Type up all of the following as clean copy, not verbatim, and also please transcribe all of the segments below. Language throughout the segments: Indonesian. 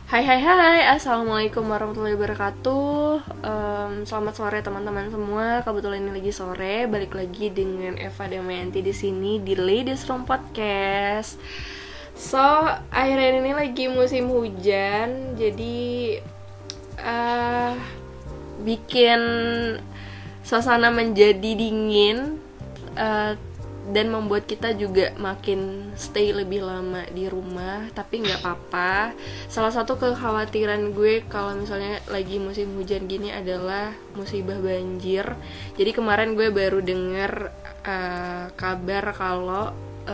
Hai hai hai, assalamualaikum warahmatullahi wabarakatuh. Selamat sore teman-teman semua. Kebetulan ini lagi sore, balik lagi dengan Eva Damayanti di sini di Ladies Room Podcast. So, akhir-akhir ini lagi musim hujan, jadi bikin suasana menjadi dingin. Dan membuat kita juga makin stay lebih lama di rumah, tapi nggak apa-apa. Salah satu kekhawatiran gue kalau misalnya lagi musim hujan gini adalah musibah banjir. Jadi kemarin gue baru dengar kabar kalau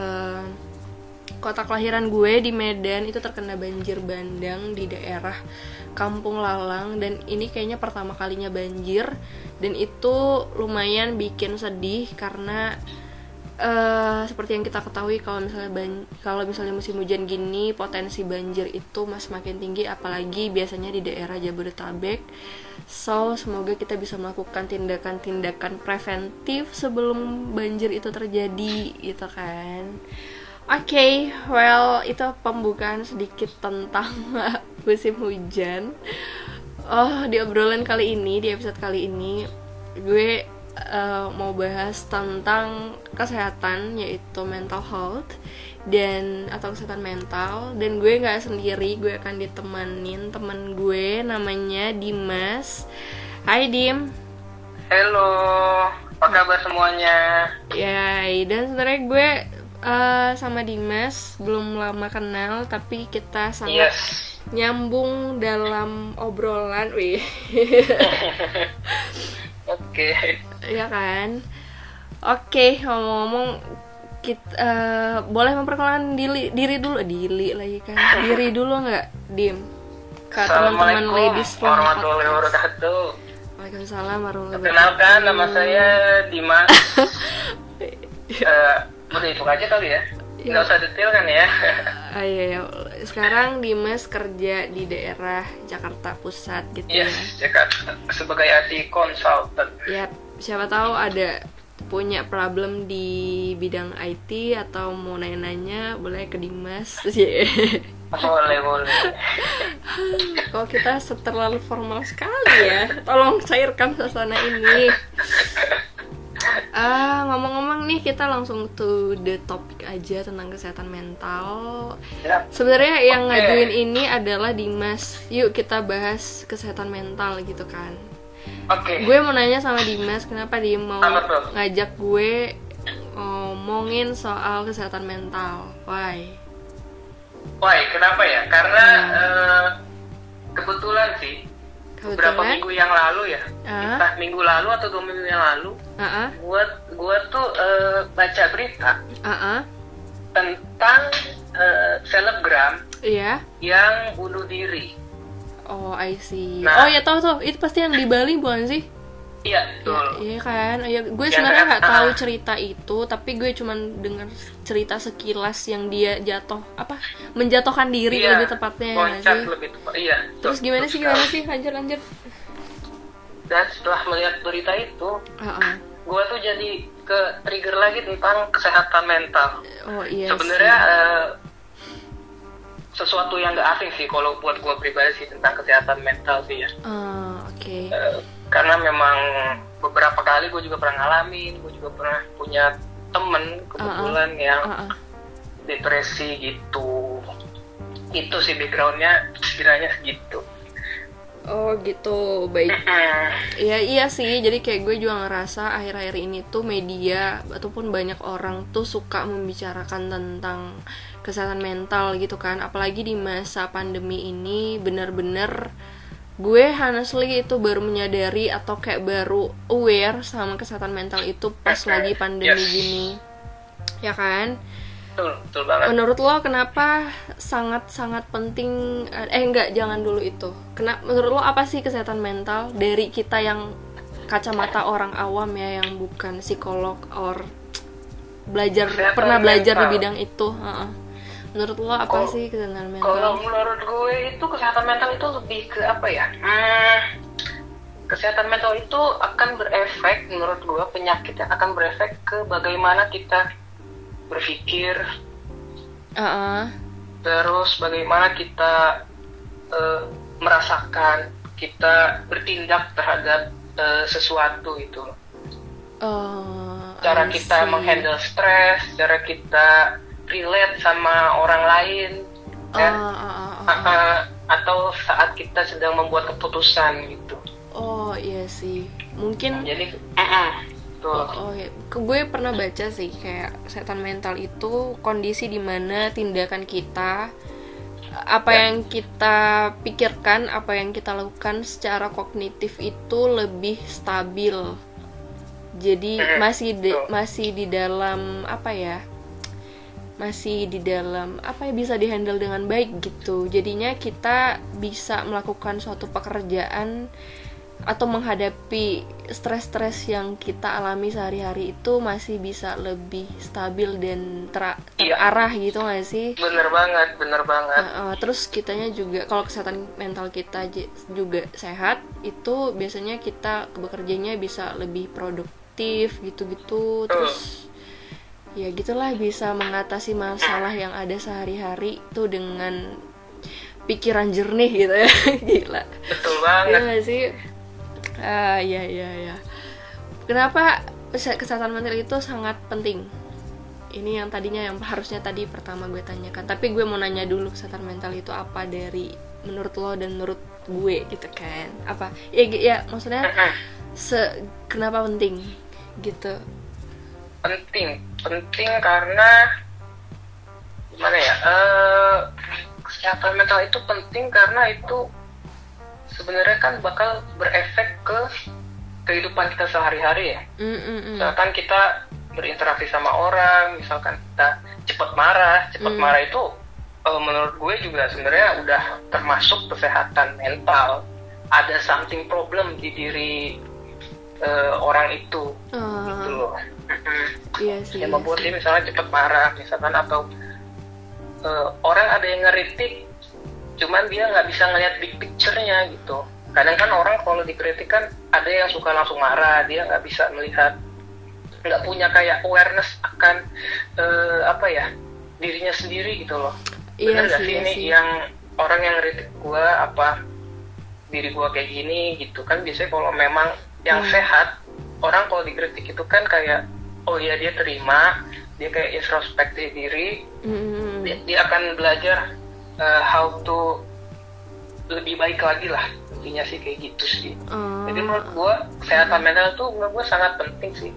kota kelahiran gue di Medan itu terkena banjir bandang di daerah Kampung Lalang, dan ini kayaknya pertama kalinya banjir, dan itu lumayan bikin sedih karena seperti yang kita ketahui kalau misalnya musim hujan gini potensi banjir itu semakin tinggi, apalagi biasanya di daerah Jabodetabek. So semoga kita bisa melakukan tindakan-tindakan preventif sebelum banjir itu terjadi gitu kan. Oke, well itu pembukaan sedikit tentang musim hujan. Di obrolan kali ini, di episode kali ini gue mau bahas tentang kesehatan, yaitu mental health atau kesehatan mental. Dan gue nggak sendiri, gue akan ditemenin teman gue namanya Dimas. Hai Dim. Halo, apa kabar semuanya? Ya, dan sebenarnya gue sama Dimas belum lama kenal, tapi kita sangat nyambung dalam obrolan, wih. Oke. Iya kan. Oke, ngomong-ngomong, kita boleh memperkenalkan diri dulu, diri dulu nggak, Dim? Ke teman-teman Ladies Room warahmatullahi wabarakatuh. Waalaikumsalam warahmatullahi wabarakatuh. Kenalkan, nama saya Dimas. Udah itu aja kali ya. Nggak usah detail kan ya. Iya. Sekarang Dimas kerja di daerah Jakarta Pusat gitu ya. Jakarta sebagai IT consultant. Ya, siapa tahu ada punya problem di bidang IT atau mau nanya-nanya, boleh ke Dimas. Boleh. Kalau kita terlalu formal sekali ya, tolong cairkan suasana ini. Ngomong-ngomong nih, kita langsung to the topic aja tentang kesehatan mental. Sebenarnya yang ngajuin ini adalah Dimas. Yuk kita bahas kesehatan mental gitu kan. Oke. Gue mau nanya sama Dimas, kenapa dia mau ngajak gue ngomongin soal kesehatan mental? Why, kenapa ya? Karena kebetulan sih beberapa minggu yang lalu ya, entah minggu lalu atau 2 minggu yang lalu, gue tuh baca berita tentang selebgram yang bunuh diri. Oh, I see. Oh ya, tahu itu pasti yang di Bali bukan sih? Iya, betul. Iya kan. Ya, gue sebenarnya nggak tahu cerita itu, tapi gue cuma dengar cerita sekilas yang dia menjatuhkan diri, lebih tepatnya. Loncat lebih tepat. Iya. Terus gimana sih? Lanjut. Dan setelah melihat berita itu, gue tuh jadi ke trigger lagi tentang kesehatan mental. Oh iya. Sebenarnya sesuatu yang gak asing sih kalau buat gue pribadi sih tentang kesehatan mental sih ya. Oke. Karena memang beberapa kali gue juga pernah ngalamin, gue juga pernah punya temen kebetulan yang depresi gitu. Itu sih backgroundnya kiranya segitu. Oh gitu, baik. Iya sih, jadi kayak gue juga ngerasa akhir-akhir ini tuh media ataupun banyak orang tuh suka membicarakan tentang kesehatan mental gitu kan. Apalagi di masa pandemi ini, bener-bener gue honestly itu baru menyadari atau kayak baru aware sama kesehatan mental itu pas lagi pandemi gini. Ya kan? Betul banget. Menurut lo kenapa sangat-sangat penting? Jangan dulu itu. Menurut lo apa sih kesehatan mental dari kita yang kacamata orang awam ya, yang bukan psikolog or pernah belajar di bidang itu? Menurut lo apa sih kesehatan mental? Kalau menurut gue itu kesehatan mental itu lebih ke apa ya? Kesehatan mental itu akan berefek, menurut gue penyakitnya akan berefek ke bagaimana kita berpikir, terus bagaimana kita merasakan, kita bertindak terhadap sesuatu itu. Cara kita menghandle stres, cara kita relate sama orang lain, atau saat kita sedang membuat keputusan gitu. Oh iya sih, mungkin. Jadi, iya. Gue pernah baca sih kayak kesehatan mental itu kondisi dimana tindakan kita, apa yang kita pikirkan, apa yang kita lakukan secara kognitif itu lebih stabil. Jadi masih di dalam bisa dihandle dengan baik gitu. Jadinya kita bisa melakukan suatu pekerjaan atau menghadapi stres-stres yang kita alami sehari-hari itu masih bisa lebih stabil dan terarah gitu nggak sih? Bener banget. Terus kitanya juga kalau kesehatan mental kita juga sehat, itu biasanya kita bekerjanya bisa lebih produktif gitu-gitu. Terus ya gitulah, bisa mengatasi masalah yang ada sehari-hari tuh dengan pikiran jernih gitu ya. Gila. Betul banget. Iya gak sih? Ya. Kenapa kesehatan mental itu sangat penting? Ini yang tadinya yang harusnya tadi pertama gue tanyakan. Tapi gue mau nanya dulu, kesehatan mental itu apa dari menurut lo dan menurut gue gitu kan? Apa? Ya maksudnya kenapa penting gitu? Penting karena gimana ya? Kesehatan mental itu penting karena itu sebenarnya kan bakal berefek ke kehidupan kita sehari-hari ya. Misalkan kita berinteraksi sama orang, misalkan kita cepat marah itu menurut gue juga sebenarnya udah termasuk kesehatan mental. Ada something problem di diri orang itu, gitu loh. Iya sih. Yang membuat dia misalnya cepat marah, misalkan, atau orang ada yang ngeritik, cuman dia nggak bisa ngelihat big picture-nya gitu. Kadang kan orang kalau dikritik kan ada yang suka langsung marah, dia nggak bisa melihat, nggak punya kayak awareness akan dirinya sendiri gitu loh. Bener nggak sih ini yang orang yang ngeritik gue apa diri gue kayak gini gitu kan? Biasanya kalau memang yang sehat, orang kalau dikritik itu kan kayak oh iya dia terima, dia kayak introspeksi diri, dia akan belajar how to lebih baik lagi lah, intinya sih kayak gitu sih. Jadi menurut gue kesehatan mental tuh menurut gue sangat penting sih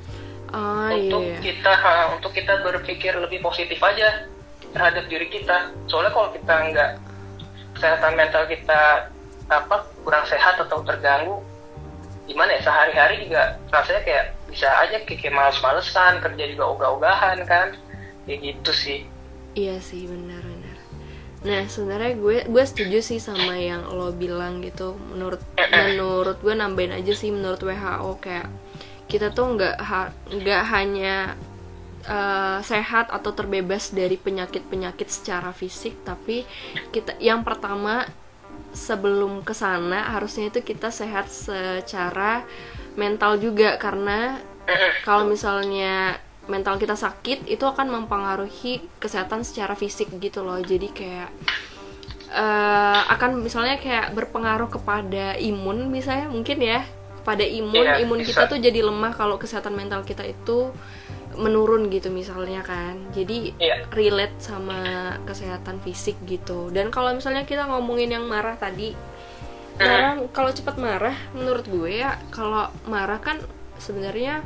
untuk kita berpikir lebih positif aja terhadap diri kita. Soalnya kalau kita nggak, kesehatan mental kita kurang sehat atau terganggu, gimana ya, sehari-hari juga rasanya kayak bisa aja kayak males-malesan, kerja juga ogah-ogahan kan, kayak gitu sih. Iya sih, benar. Nah sebenarnya gue setuju sih sama yang lo bilang gitu. Menurut gue nambahin aja sih, menurut WHO kayak kita tuh nggak hanya sehat atau terbebas dari penyakit secara fisik, tapi kita yang pertama sebelum kesana harusnya itu kita sehat secara mental juga, karena kalau misalnya mental kita sakit itu akan mempengaruhi kesehatan secara fisik gitu loh. Jadi kayak akan misalnya kayak berpengaruh kepada imun misalnya, mungkin ya, kepada imun kita tuh jadi lemah kalau kesehatan mental kita itu menurun gitu misalnya kan. Jadi relate sama kesehatan fisik gitu. Dan kalau misalnya kita ngomongin yang marah tadi, kalau cepat marah menurut gue ya, kalau marah kan sebenarnya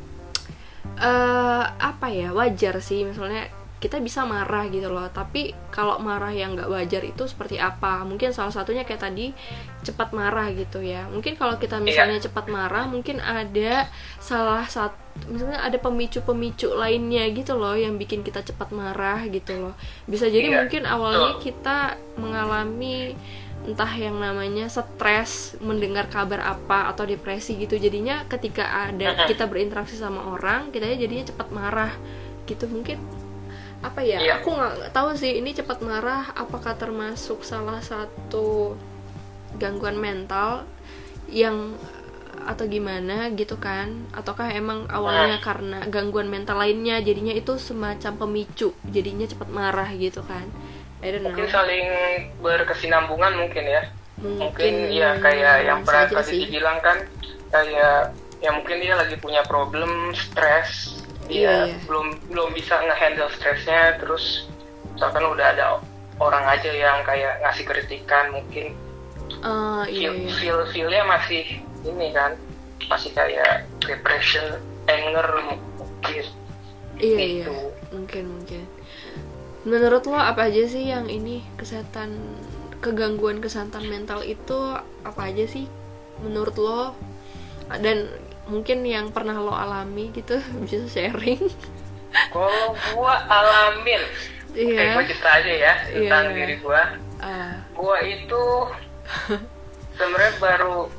wajar sih, misalnya kita bisa marah gitu loh. Tapi kalau marah yang nggak wajar itu seperti apa? Mungkin salah satunya kayak tadi cepat marah gitu ya. Mungkin kalau kita misalnya cepat marah, mungkin ada misalnya ada pemicu-pemicu lainnya gitu loh yang bikin kita cepat marah gitu loh. Bisa jadi mungkin awalnya kita mengalami entah yang namanya stres, mendengar kabar apa, atau depresi gitu. Jadinya ketika kita berinteraksi sama orang, kita jadinya cepat marah gitu. Mungkin aku nggak tahu sih ini cepat marah apakah termasuk salah satu gangguan mental yang atau gimana gitu kan, ataukah emang awalnya karena gangguan mental lainnya jadinya itu semacam pemicu jadinya cepat marah gitu kan. mungkin saling berkesinambungan mungkin ya. Mungkin ya kayak yang pernah tadi dibilang kan, kayak ya mungkin dia lagi punya problem stres, dia belum bisa ngehandle stresnya, terus misalkan udah ada orang aja yang kayak ngasih kritikan, mungkin feel-nya masih ini kan, masih kayak depression, anger mungkin. Iya, mungkin. Menurut lo apa aja sih yang ini kegangguan kesehatan mental itu apa aja sih menurut lo, dan mungkin yang pernah lo alami gitu, bisa sharing? Kalau gua alamin, gua cerita aja ya tentang diri gua. Gua itu sebenarnya baru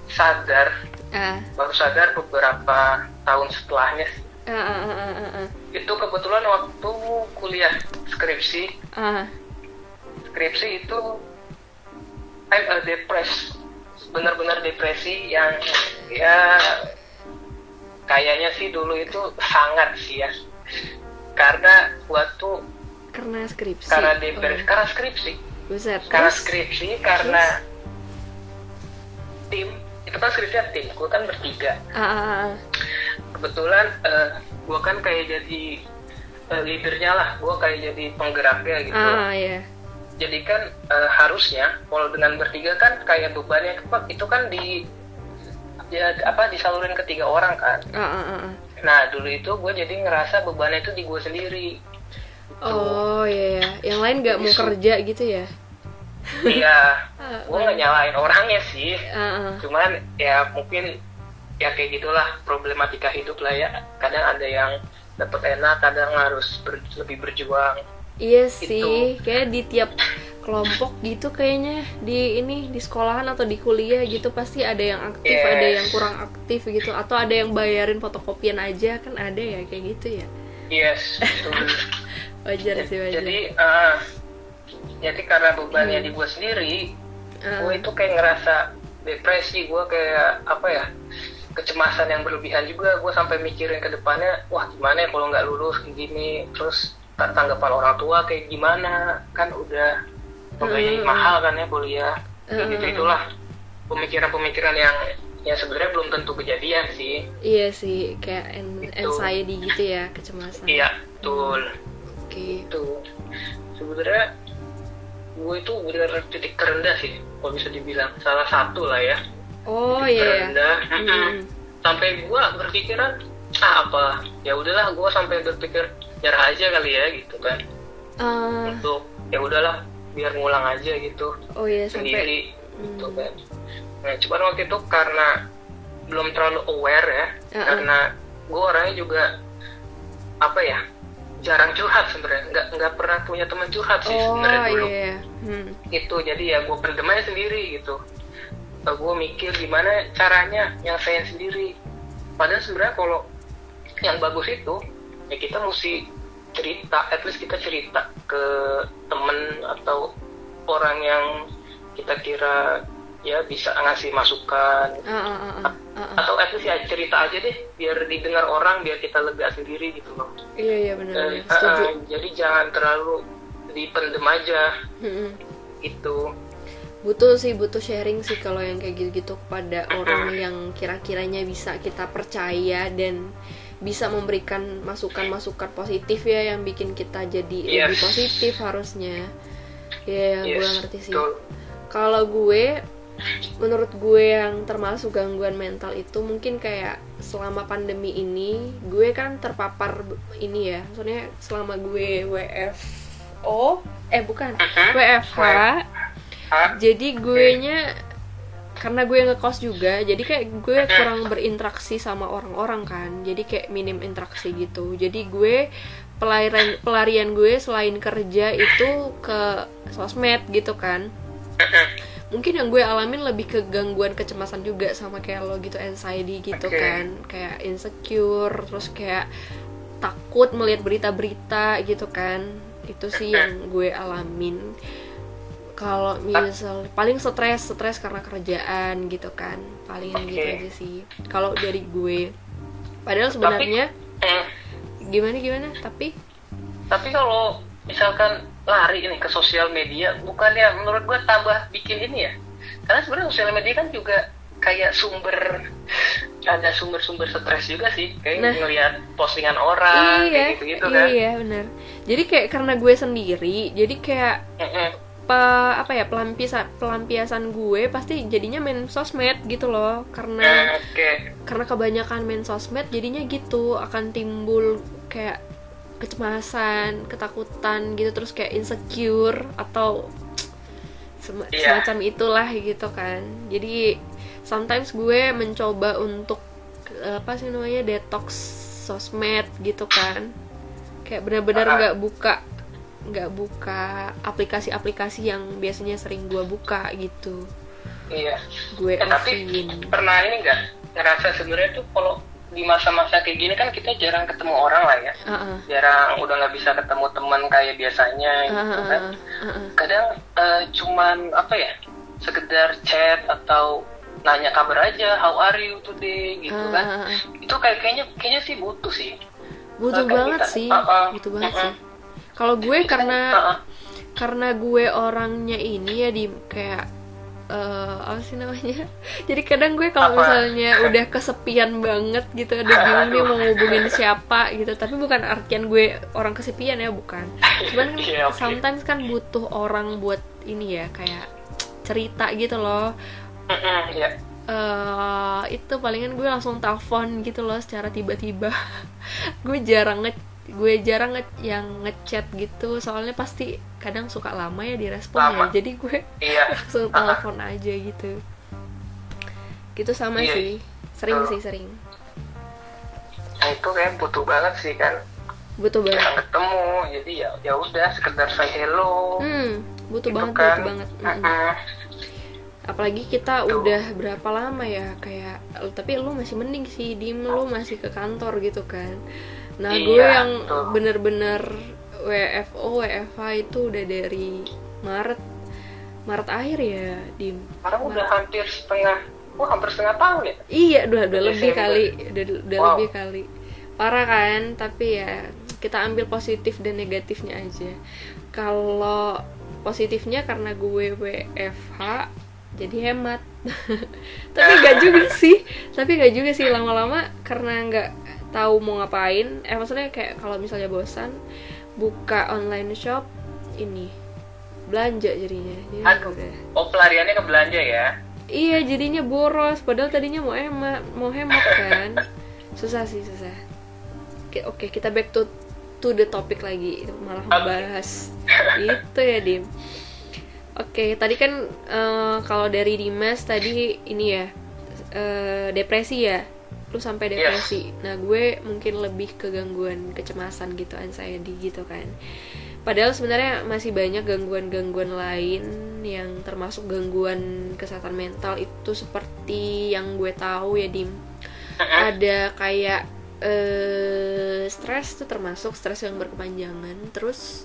sadar beberapa tahun setelahnya. Itu kebetulan waktu kuliah skripsi itu I'm depressed, benar-benar depresi yang ya kayaknya sih dulu itu sangat sih ya, karena gua tuh karena skripsi, karena tim itu kan skripsinya tim, gua kan bertiga. Kebetulan gue kan kayak jadi leadernya lah, gue kayak jadi penggeraknya gitu. Jadi kan harusnya kalau dengan bertiga kan kayak bebannya itu kan disalurin ke 3 orang kan. Nah dulu itu gue jadi ngerasa bebannya itu di gue sendiri. Yang lain nggak mau kerja gitu ya? Iya, gue nggak nyalain orangnya sih, cuman ya mungkin ya kayak gitulah problematika hidup lah ya. Kadang ada yang dapat enak, kadang harus lebih berjuang. Iya sih, kayak di tiap kelompok gitu kayaknya di sekolahan atau di kuliah gitu pasti ada yang aktif, ada yang kurang aktif gitu, atau ada yang bayarin fotokopian aja kan, ada ya kayak gitu ya. Yes, betul. wajar. Jadi karena bebannya di gue sendiri, gue itu kayak ngerasa depresi, gue kayak kecemasan yang berlebihan juga. Gue sampai mikirin ke depannya, wah gimana ya kalau nggak lulus kayak gini, terus tanggapan orang tua kayak gimana, kan udah biayanya mahal kan ya kuliah, itulah pemikiran yang sebenarnya belum tentu kejadian sih. Iya sih, kayak anxiety gitu ya, kecemasan. Iya, betul. Itu sebenarnya gue itu benar titik terendah sih, kalau bisa dibilang salah satu lah ya. Terendah. Sampai gue berpikiran ya udahlah, gue sampai berpikir nyerah aja kali ya gitu kan. Untuk ya udahlah biar ngulang aja gitu sendiri gitu kan. Nah cuman waktu itu karena belum terlalu aware ya, karena gue orangnya juga jarang curhat sebenarnya, nggak pernah punya teman curhat sih sebenarnya dulu. Gitu, jadi ya gue pendem aja sendiri gitu. Gue mikir gimana caranya nyelesain sendiri. Padahal sebenarnya kalau yang bagus itu ya kita mesti cerita, at least kita cerita ke temen atau orang yang kita kira ya bisa ngasih masukan, atau at least ya cerita aja deh biar didengar orang, biar kita lega sendiri gitu loh. Iya benar. Jadi jangan terlalu dipendem aja. Gitu. Butuh sharing sih kalau yang kayak gitu kepada orang yang kira-kiranya bisa kita percaya dan bisa memberikan masukan-masukan positif ya, yang bikin kita jadi lebih positif harusnya. Gue ngerti sih. Kalau menurut gue yang termasuk gangguan mental itu mungkin kayak selama pandemi ini gue kan terpapar ini ya, maksudnya selama gue WFH. Jadi karena gue ngekos juga, jadi kayak gue kurang berinteraksi sama orang-orang kan, jadi kayak minim interaksi gitu. Jadi gue pelarian gue selain kerja itu ke sosmed gitu kan. Mungkin yang gue alamin lebih ke gangguan kecemasan juga, sama kayak lo gitu, anxiety gitu kan, kayak insecure, terus kayak takut melihat berita-berita gitu kan. Itu sih yang gue alamin. Kalau misal paling stres karena kerjaan gitu kan, paling gitu aja sih kalau dari gue. Padahal sebenarnya gimana tapi kalau misalkan lari ini ke sosial media, bukannya menurut gue tambah bikin ini ya, karena sebenarnya sosial media kan juga kayak ada sumber stres juga sih, kayak ngelihat postingan orang kayak gitu kan. Iya benar. Jadi kayak karena gue sendiri, jadi kayak pelampiasan gue pasti jadinya main sosmed gitu loh, karena kebanyakan main sosmed jadinya gitu akan timbul kayak kecemasan, ketakutan gitu, terus kayak insecure atau semacam itulah gitu kan. Jadi sometimes gue mencoba untuk detox sosmed gitu kan, kayak benar-benar nggak buka aplikasi-aplikasi yang biasanya sering gue buka gitu. Iya. Gue tapi pernah ini nggak ngerasa sebenarnya tuh kalau di masa-masa kayak gini kan kita jarang ketemu orang lah ya, jarang, udah nggak bisa ketemu teman kayak biasanya gitu kan. Kadang cuman sekedar chat atau nanya kabar aja, how are you today gitu kan. Itu kayaknya sih butuh banget sih. Kalau gue karena gue orangnya ini ya kayak apa sih namanya? Jadi kadang gue kalau misalnya udah kesepian banget gitu, ada bingung nih mau ngubungin siapa gitu. Tapi bukan artian gue orang kesepian ya, bukan. Cuman kan sometimes kan butuh orang buat ini ya, kayak cerita gitu loh. Itu palingan gue langsung telepon gitu loh secara tiba-tiba. gue jarang yang ngechat gitu, soalnya pasti kadang suka lama ya diresponnya, jadi gue langsung telepon aja gitu sama sih, sering. Nah itu kayak butuh banget sih kan, butuh banget ketemu, jadi ya udah sekedar say hello. Butuh banget. Apalagi kita udah berapa lama ya, kayak tapi lu masih mending sih, lu masih ke kantor gitu kan. Nah gue yang bener-bener WFH itu udah dari Maret akhir ya, Dim. Sekarang udah hampir setengah tahun ya? Iya, udah lebih kali, udah lebih kali. Parah kan, tapi ya kita ambil positif dan negatifnya aja. Kalau positifnya karena gue WFH jadi hemat. Tapi gak juga sih lama-lama karena gak tahu mau ngapain. Maksudnya kayak kalau misalnya bosan, buka online shop, ini belanja jadinya. Pelariannya ke belanja ya? Iya, jadinya boros. Padahal tadinya mau hemat kan. Susah. Oke, kita back to the topic lagi. Malah ngebahas itu ya, Dim. Oke, tadi kan kalau dari Dimas tadi ini ya, depresi ya. Lu sampai depresi. Nah, gue mungkin lebih ke gangguan kecemasan gitu, anxiety gitu kan. Padahal sebenarnya masih banyak gangguan-gangguan lain yang termasuk gangguan kesehatan mental itu, seperti yang gue tahu ya, Dim. Ada kayak stres tuh, termasuk stres yang berkepanjangan, terus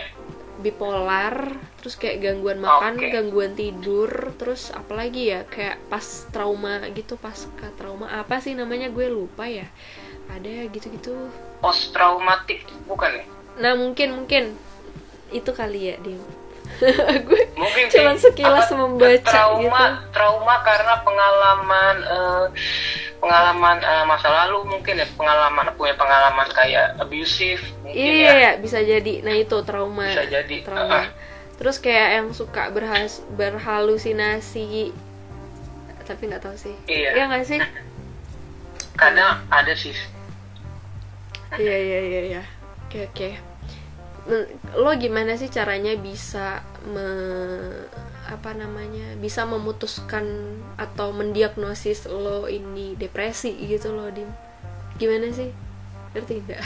bipolar, terus kayak gangguan makan, gangguan tidur, terus apalagi ya, kayak pas trauma gitu, pasca trauma, apa sih namanya, gue lupa ya, ada gitu-gitu, post traumatik bukan ya? Nah mungkin itu kali ya, Dim. Gue cuma sekilas membaca trauma karena pengalaman masa lalu, mungkin ya, punya pengalaman kayak abusive mungkin. Iya, bisa jadi. Nah itu trauma. Bisa jadi. Terus kayak yang suka berhalusinasi, tapi nggak tahu sih. Iya nggak sih? Kadang ada sih. Iya. Oke. Lo gimana sih caranya bisa bisa memutuskan atau mendiagnosis lo ini depresi gitu lo, Dim? Gimana sih? Ngerti nggak?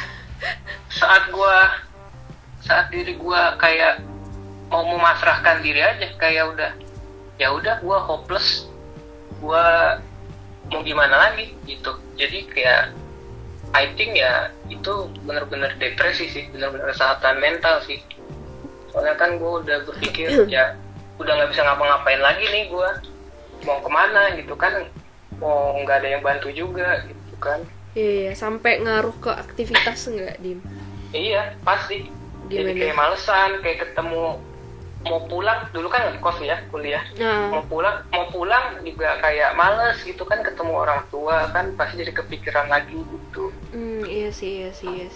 Saat diri gue kayak mau memasrahkan diri aja, kayak udah gue hopeless, gue mau gimana lagi gitu. Jadi kayak I think ya itu benar-benar depresi sih, benar-benar kesehatan mental sih. Soalnya kan gue udah berpikir ya udah nggak bisa ngapa-ngapain lagi nih, gue mau kemana gitu kan, mau nggak ada yang bantu juga gitu kan. Iya, sampai ngaruh ke aktivitas nggak, Dim? Iya, pasti Jadi kayak malesan, kayak ketemu mau pulang, dulu kan ngekos ya kuliah. Mau pulang juga kayak males gitu kan, ketemu orang tua kan pasti jadi kepikiran lagi gitu. Iya sih.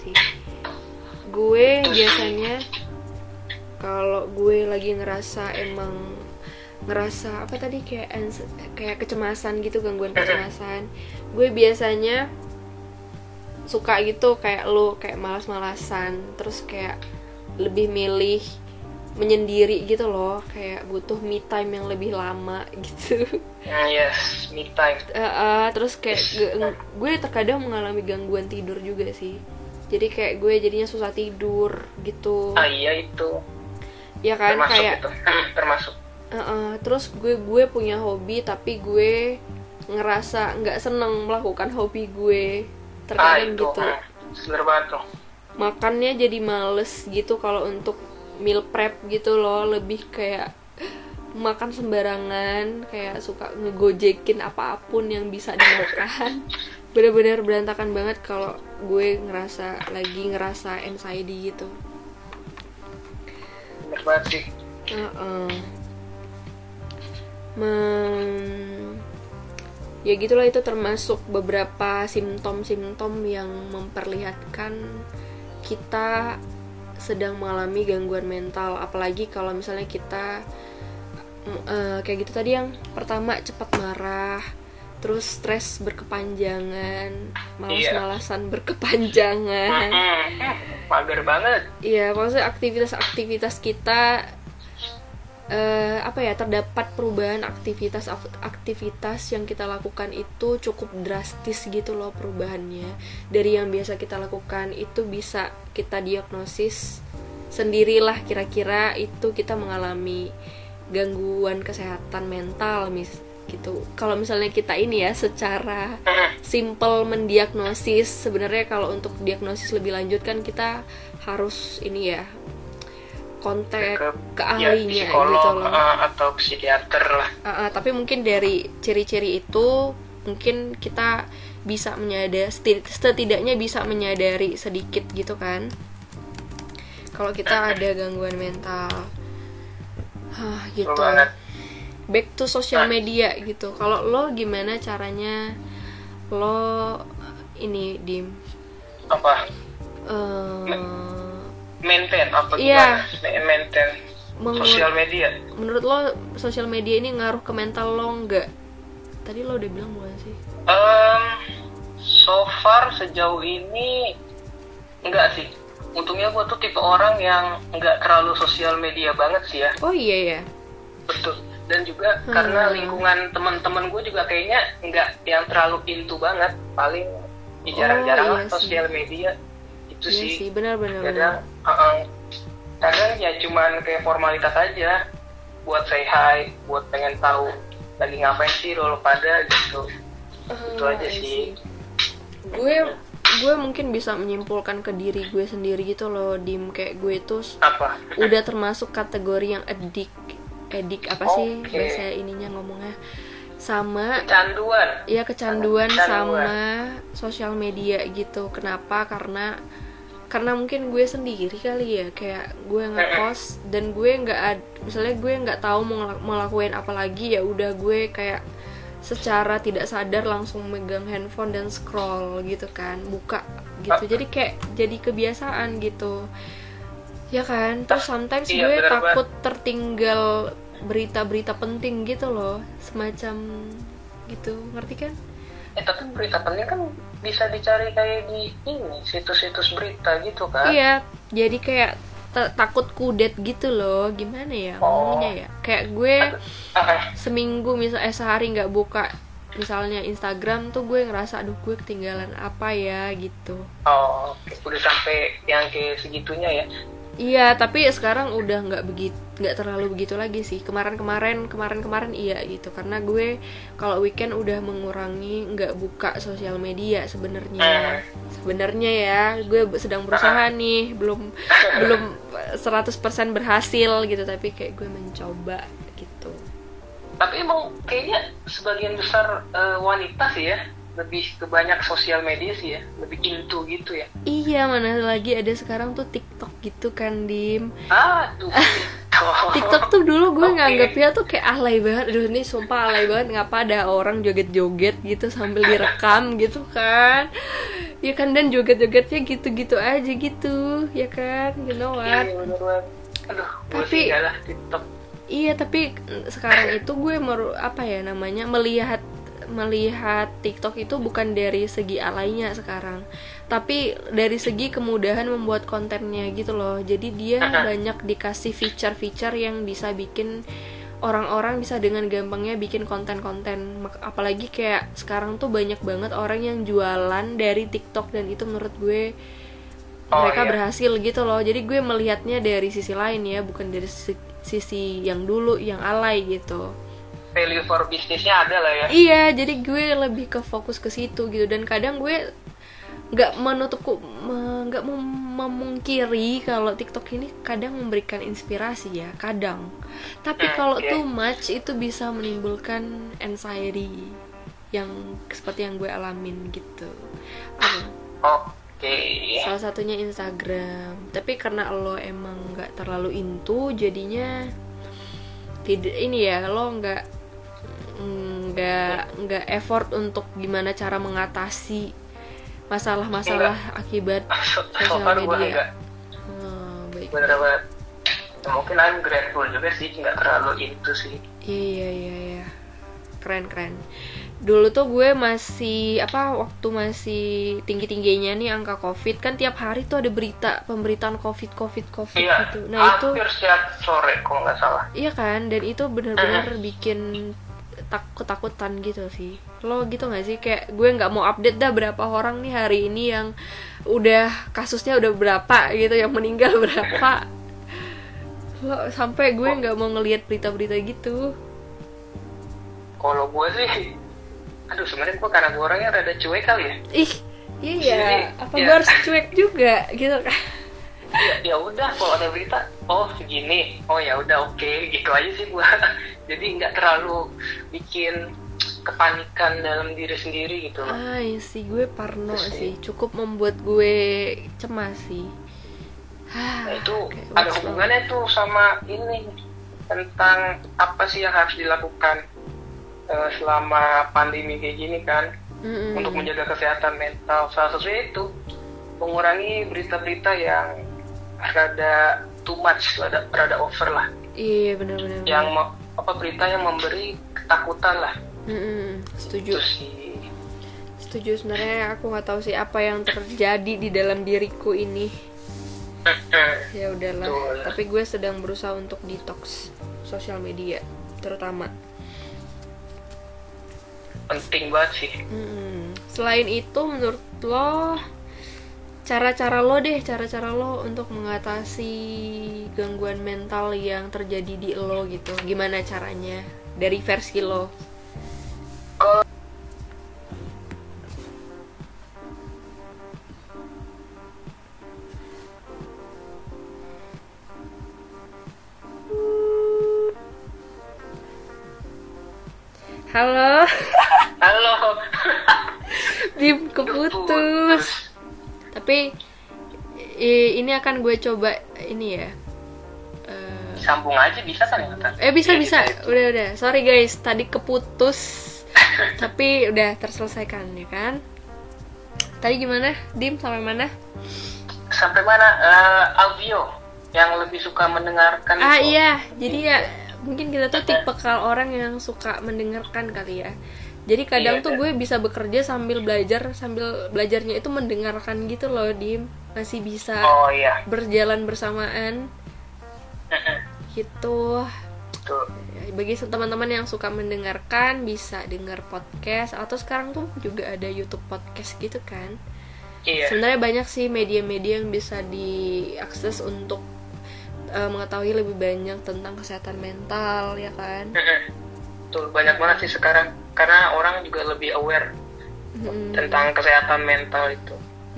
Gue biasanya kalau gue lagi ngerasa apa tadi kayak kecemasan gitu, gangguan kecemasan, gue biasanya suka gitu kayak lo, kayak malas-malasan, terus kayak lebih milih menyendiri gitu loh, kayak butuh me time yang lebih lama gitu. Yes, me time. Terus kayak gue terkadang mengalami gangguan tidur juga sih, jadi kayak gue jadinya susah tidur gitu. Iya itu. Ya kan, termasuk kayak itu. Termasuk. Terus gue punya hobi tapi gue ngerasa nggak seneng melakukan hobi gue. Terkadang itu, gitu. Sebenernya banget tuh. Makannya jadi males gitu kalau untuk meal prep gitu loh, lebih kayak makan sembarangan, kayak suka ngegojekin apapun yang bisa dimakan. Bener-bener berantakan banget kalau gue lagi ngerasa anxiety gitu. Bener banget sih. Ya gitulah, itu termasuk beberapa simptom-simptom yang memperlihatkan kita sedang mengalami gangguan mental. Apalagi kalau misalnya kita kayak gitu tadi, yang pertama cepat marah, terus stres berkepanjangan, malas-malasan berkepanjangan. Mager banget. Iya, maksudnya aktivitas kita terdapat perubahan aktivitas yang kita lakukan itu cukup drastis gitu loh perubahannya. Dari yang biasa kita lakukan itu bisa kita diagnosis sendirilah, kira-kira itu kita mengalami gangguan kesehatan mental gitu. Kalau misalnya kita ini ya secara simple mendiagnosis, sebenarnya kalau untuk diagnosis lebih lanjut kan kita harus ini ya, kontak ke ahlinya psikolog, gitu loh, atau psikiater lah. Tapi mungkin dari ciri-ciri itu mungkin kita bisa setidaknya bisa menyadari sedikit gitu kan, kalau kita ada gangguan mental. Gitu. Back to social media gitu. Kalau lo gimana caranya lo ini apa? Maintain apa gimana? Maintain sosial media. Menurut lo sosial media ini ngaruh ke mental lo nggak? Tadi lo udah bilang bukan sih? So far sejauh ini enggak sih. Untungnya gue tuh tipe orang yang nggak terlalu sosial media banget sih ya. Oh iya ya. Betul. Dan juga karena lingkungan teman-teman gue juga kayaknya nggak yang terlalu into banget. Paling jarang-jarang lah sosial media. Itu iya sih, benar-benar. Kadang ya cuman kayak formalitas aja, buat say hi, buat pengen tahu lagi ngapain sih lo pada gitu. Itu aja sih. Gue mungkin bisa menyimpulkan ke diri gue sendiri gitu loh, kayak gue tuh udah termasuk kategori yang edik apa sih bahasa ininya ngomongnya, sama kecanduan sama sosial media gitu. Kenapa? Karena mungkin gue sendiri kali ya, kayak gue ngekos dan gue misalnya gue nggak tahu mau ngelakuin apa lagi, ya udah gue kayak secara tidak sadar langsung megang handphone dan scroll gitu kan, buka gitu. Jadi kayak jadi kebiasaan gitu ya kan. Terus sometimes gue takut tertinggal berita-berita penting gitu loh, semacam gitu, ngerti kan? Tapi berita penting kan bisa dicari kayak di ini situs-situs berita gitu kan? Iya, jadi kayak takut kudet gitu loh, gimana ya ngomongnya ya, kayak gue seminggu sehari nggak buka misalnya Instagram tuh gue ngerasa aduh gue ketinggalan apa ya gitu. Udah sampai yang kayak segitunya ya? Iya, tapi sekarang udah nggak terlalu begitu lagi sih. Kemarin iya gitu, karena gue kalau weekend udah mengurangi nggak buka sosial media sebenarnya ya. Gue sedang berusaha nih, belum 100% berhasil gitu, tapi kayak gue mencoba gitu. Tapi emang kayaknya sebagian besar wanita sih ya lebih ke banyak sosial media sih ya, lebih into gitu ya. Iya, mana lagi ada sekarang tuh TikTok gitu kan, Dim. Aduh. TikTok tuh dulu gue nganggapnya tuh kayak alay banget. Aduh, ini sumpah alay banget, ngapa ada orang joget-joget gitu sambil direkam gitu kan. Ya kan, dan joget-jogetnya gitu-gitu aja gitu, ya kan, you know what. Aduh, tapi TikTok. Iya, tapi sekarang itu gue melihat TikTok itu bukan dari segi alaynya sekarang, tapi dari segi kemudahan membuat kontennya gitu loh. Jadi dia banyak dikasih feature-feature yang bisa bikin orang-orang bisa dengan gampangnya bikin konten-konten. Apalagi kayak sekarang tuh banyak banget orang yang jualan dari TikTok, dan itu menurut gue mereka berhasil gitu loh. Jadi gue melihatnya dari sisi lain ya, bukan dari sisi yang dulu yang alay gitu. Value for bisnisnya ada lah ya. Iya, jadi gue lebih ke fokus ke situ gitu. Dan kadang gue nggak memungkiri kalau TikTok ini kadang memberikan inspirasi ya, kadang. Tapi kalau too much itu bisa menimbulkan anxiety yang seperti yang gue alamin gitu. Salah satunya Instagram. Tapi karena lo emang nggak terlalu into, jadinya tidak ini ya, lo nggak effort untuk gimana cara mengatasi masalah-masalah akibat sosial media. Baik. Bener banget. Mungkin I'm grateful juga sih, nggak terlalu into sih. Iya. Keren. Dulu tuh gue waktu masih tinggi-tingginya nih angka COVID, kan tiap hari tuh ada pemberitaan COVID gitu. Nah, itu hampir setiap sore kalau nggak salah. Iya kan, dan itu benar-benar bikin ketakutan gitu sih. Lo gitu nggak sih, kayak gue nggak mau update dah berapa orang nih hari ini yang udah kasusnya udah berapa gitu, yang meninggal berapa. Lo sampai gue nggak mau ngelihat berita-berita gitu. Kalau gue sih, sebenarnya gue karena gue orangnya rada cuek kali ya. Iya. Gue harus cuek juga gitu kan? Ya udah, kalau ada berita, segini, ya udah oke, gitu aja sih gue. Jadi nggak terlalu bikin kepanikan dalam diri sendiri gitu loh. Sih gue parno sih, cukup membuat gue cemas sih. Nah, itu ada hubungannya tuh sama ini, tentang apa sih yang harus dilakukan selama pandemi kayak gini kan, untuk menjaga kesehatan mental. Salah satunya itu mengurangi berita-berita yang rada too much, rada over lah. Iya, benar-benar. Yang berita yang memberi ketakutan lah. Setuju sebenarnya. Aku nggak tahu sih apa yang terjadi di dalam diriku ini. Ya udahlah. Tapi gue sedang berusaha untuk detox sosial media terutama. Penting banget sih. Selain itu, menurut lo cara-cara lo untuk mengatasi gangguan mental yang terjadi di lo gitu, gimana caranya dari versi lo? Halo. Dim, keputus. Tapi ini akan gue coba ini ya. Sambung aja bisa kan ya? Bisa. Udah. Sorry guys, tadi keputus. Tapi udah terselesaikan ya kan? Tadi gimana, Dim? Sampai mana? Audio yang lebih suka mendengarkan. Iya. Jadi ya mungkin kita tuh tipe orang yang suka mendengarkan kali ya. Jadi kadang tuh gue bisa bekerja sambil belajarnya itu mendengarkan gitu loh, Dim. Masih bisa berjalan bersamaan gitu. Bagi teman-teman yang suka mendengarkan, bisa dengar podcast, atau sekarang tuh juga ada YouTube podcast gitu kan. Sebenarnya banyak sih media-media yang bisa diakses untuk mengetahui lebih banyak tentang kesehatan mental, ya kan. Betul, banyak banget sih sekarang, karena orang juga lebih aware tentang kesehatan mental itu.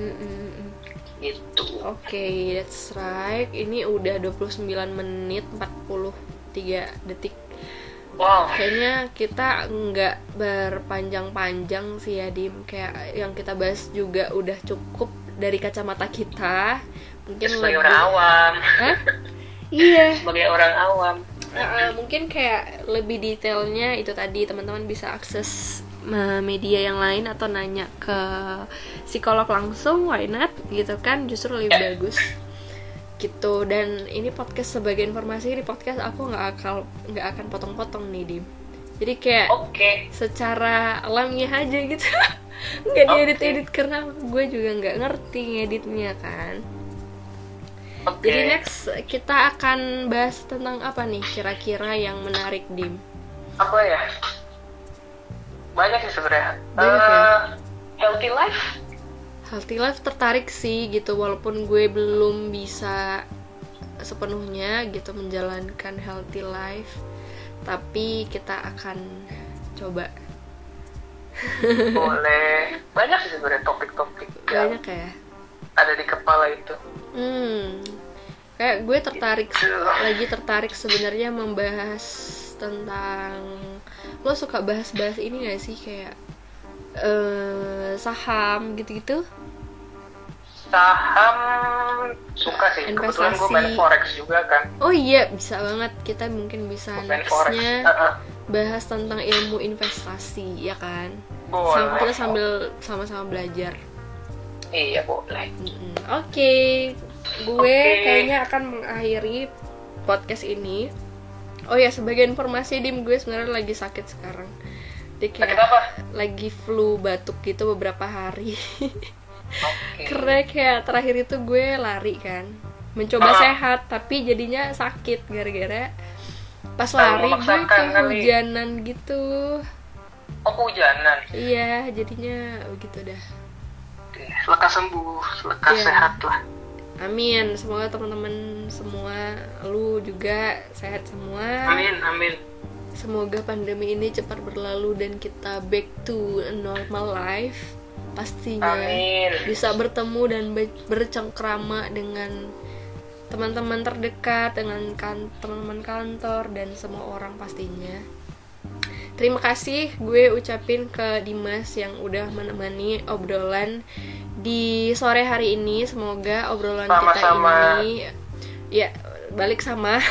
Gitu. Oke, that's right. Ini udah 29 menit 43 detik. Wow. Kayaknya kita nggak berpanjang-panjang sih ya, Dim. Kayak yang kita bahas juga udah cukup dari kacamata kita mungkin sebagai orang awam. Iya. Sebagai orang awam. Mungkin kayak lebih detailnya itu tadi teman-teman bisa akses media yang lain atau nanya ke psikolog langsung, why not gitu kan, justru lebih bagus gitu. Dan ini podcast sebagai informasi, ini podcast aku nggak akan potong-potong nih Dim, jadi kayak secara alamiah aja gitu. Nggak diedit-edit karena gue juga nggak ngerti ngeditnya kan. Jadi next kita akan bahas tentang apa nih kira-kira yang menarik Dim? Apa ya? Banyak sih sebenarnya. Healthy life tertarik sih gitu, walaupun gue belum bisa sepenuhnya gitu menjalankan healthy life, tapi kita akan coba. Boleh. Banyak sih sebenarnya topik-topik. Banyak ya. Ada di kepala itu. Kayak gue tertarik sebenarnya membahas tentang, lo suka bahas-bahas ini gak sih kayak saham gitu-gitu? Saham suka sih, kebetulan gue main forex juga kan. Oh iya, bisa banget, kita mungkin bisa nextnya bahas tentang ilmu investasi ya kan. Kita sambil sama-sama belajar. Iya boleh. Oke. Gue kayaknya akan mengakhiri podcast ini. Oh ya, sebagai informasi Dim, gue sebenarnya lagi sakit sekarang. Dia kayak lagi flu batuk gitu beberapa hari. Karena kayak terakhir itu gue lari kan, mencoba sehat tapi jadinya sakit gara-gara pas lari gue kehujanan gitu. Oh, kehujanan? Iya, jadinya begitu dah. Lekas sembuh, lekas sehat lah. Amin, semoga teman-teman semua, lu juga sehat semua. Amin. Semoga pandemi ini cepat berlalu dan kita back to a normal life. Pastinya bisa bertemu dan bercengkrama dengan teman-teman terdekat, dengan teman-teman kantor dan semua orang pastinya. Terima kasih gue ucapin ke Dimas yang udah menemani obrolan di sore hari ini. Semoga obrolan kita ini balik sama.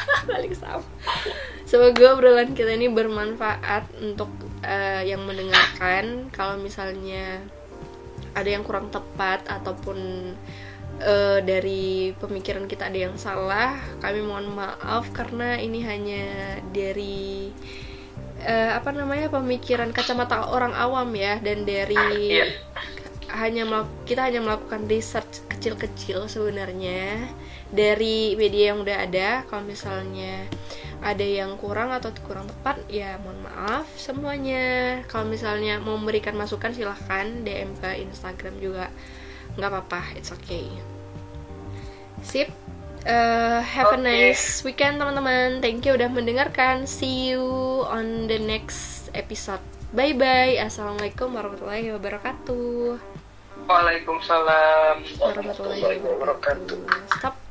Semoga obrolan kita ini bermanfaat untuk yang mendengarkan. Kalau misalnya ada yang kurang tepat ataupun dari pemikiran kita ada yang salah, kami mohon maaf karena ini hanya dari pemikiran kacamata orang awam ya, dan dari kita hanya melakukan research kecil-kecil sebenarnya dari media yang udah ada. Kalau misalnya ada yang kurang atau kurang tepat ya mohon maaf semuanya. Kalau misalnya mau memberikan masukan silahkan DM ke Instagram juga, nggak apa-apa, it's okay. Sip. Have a nice weekend teman-teman. Thank you udah mendengarkan. See you on the next episode. Bye bye. Assalamualaikum warahmatullahi wabarakatuh. Waalaikumsalam warahmatullahi wabarakatuh. Stop.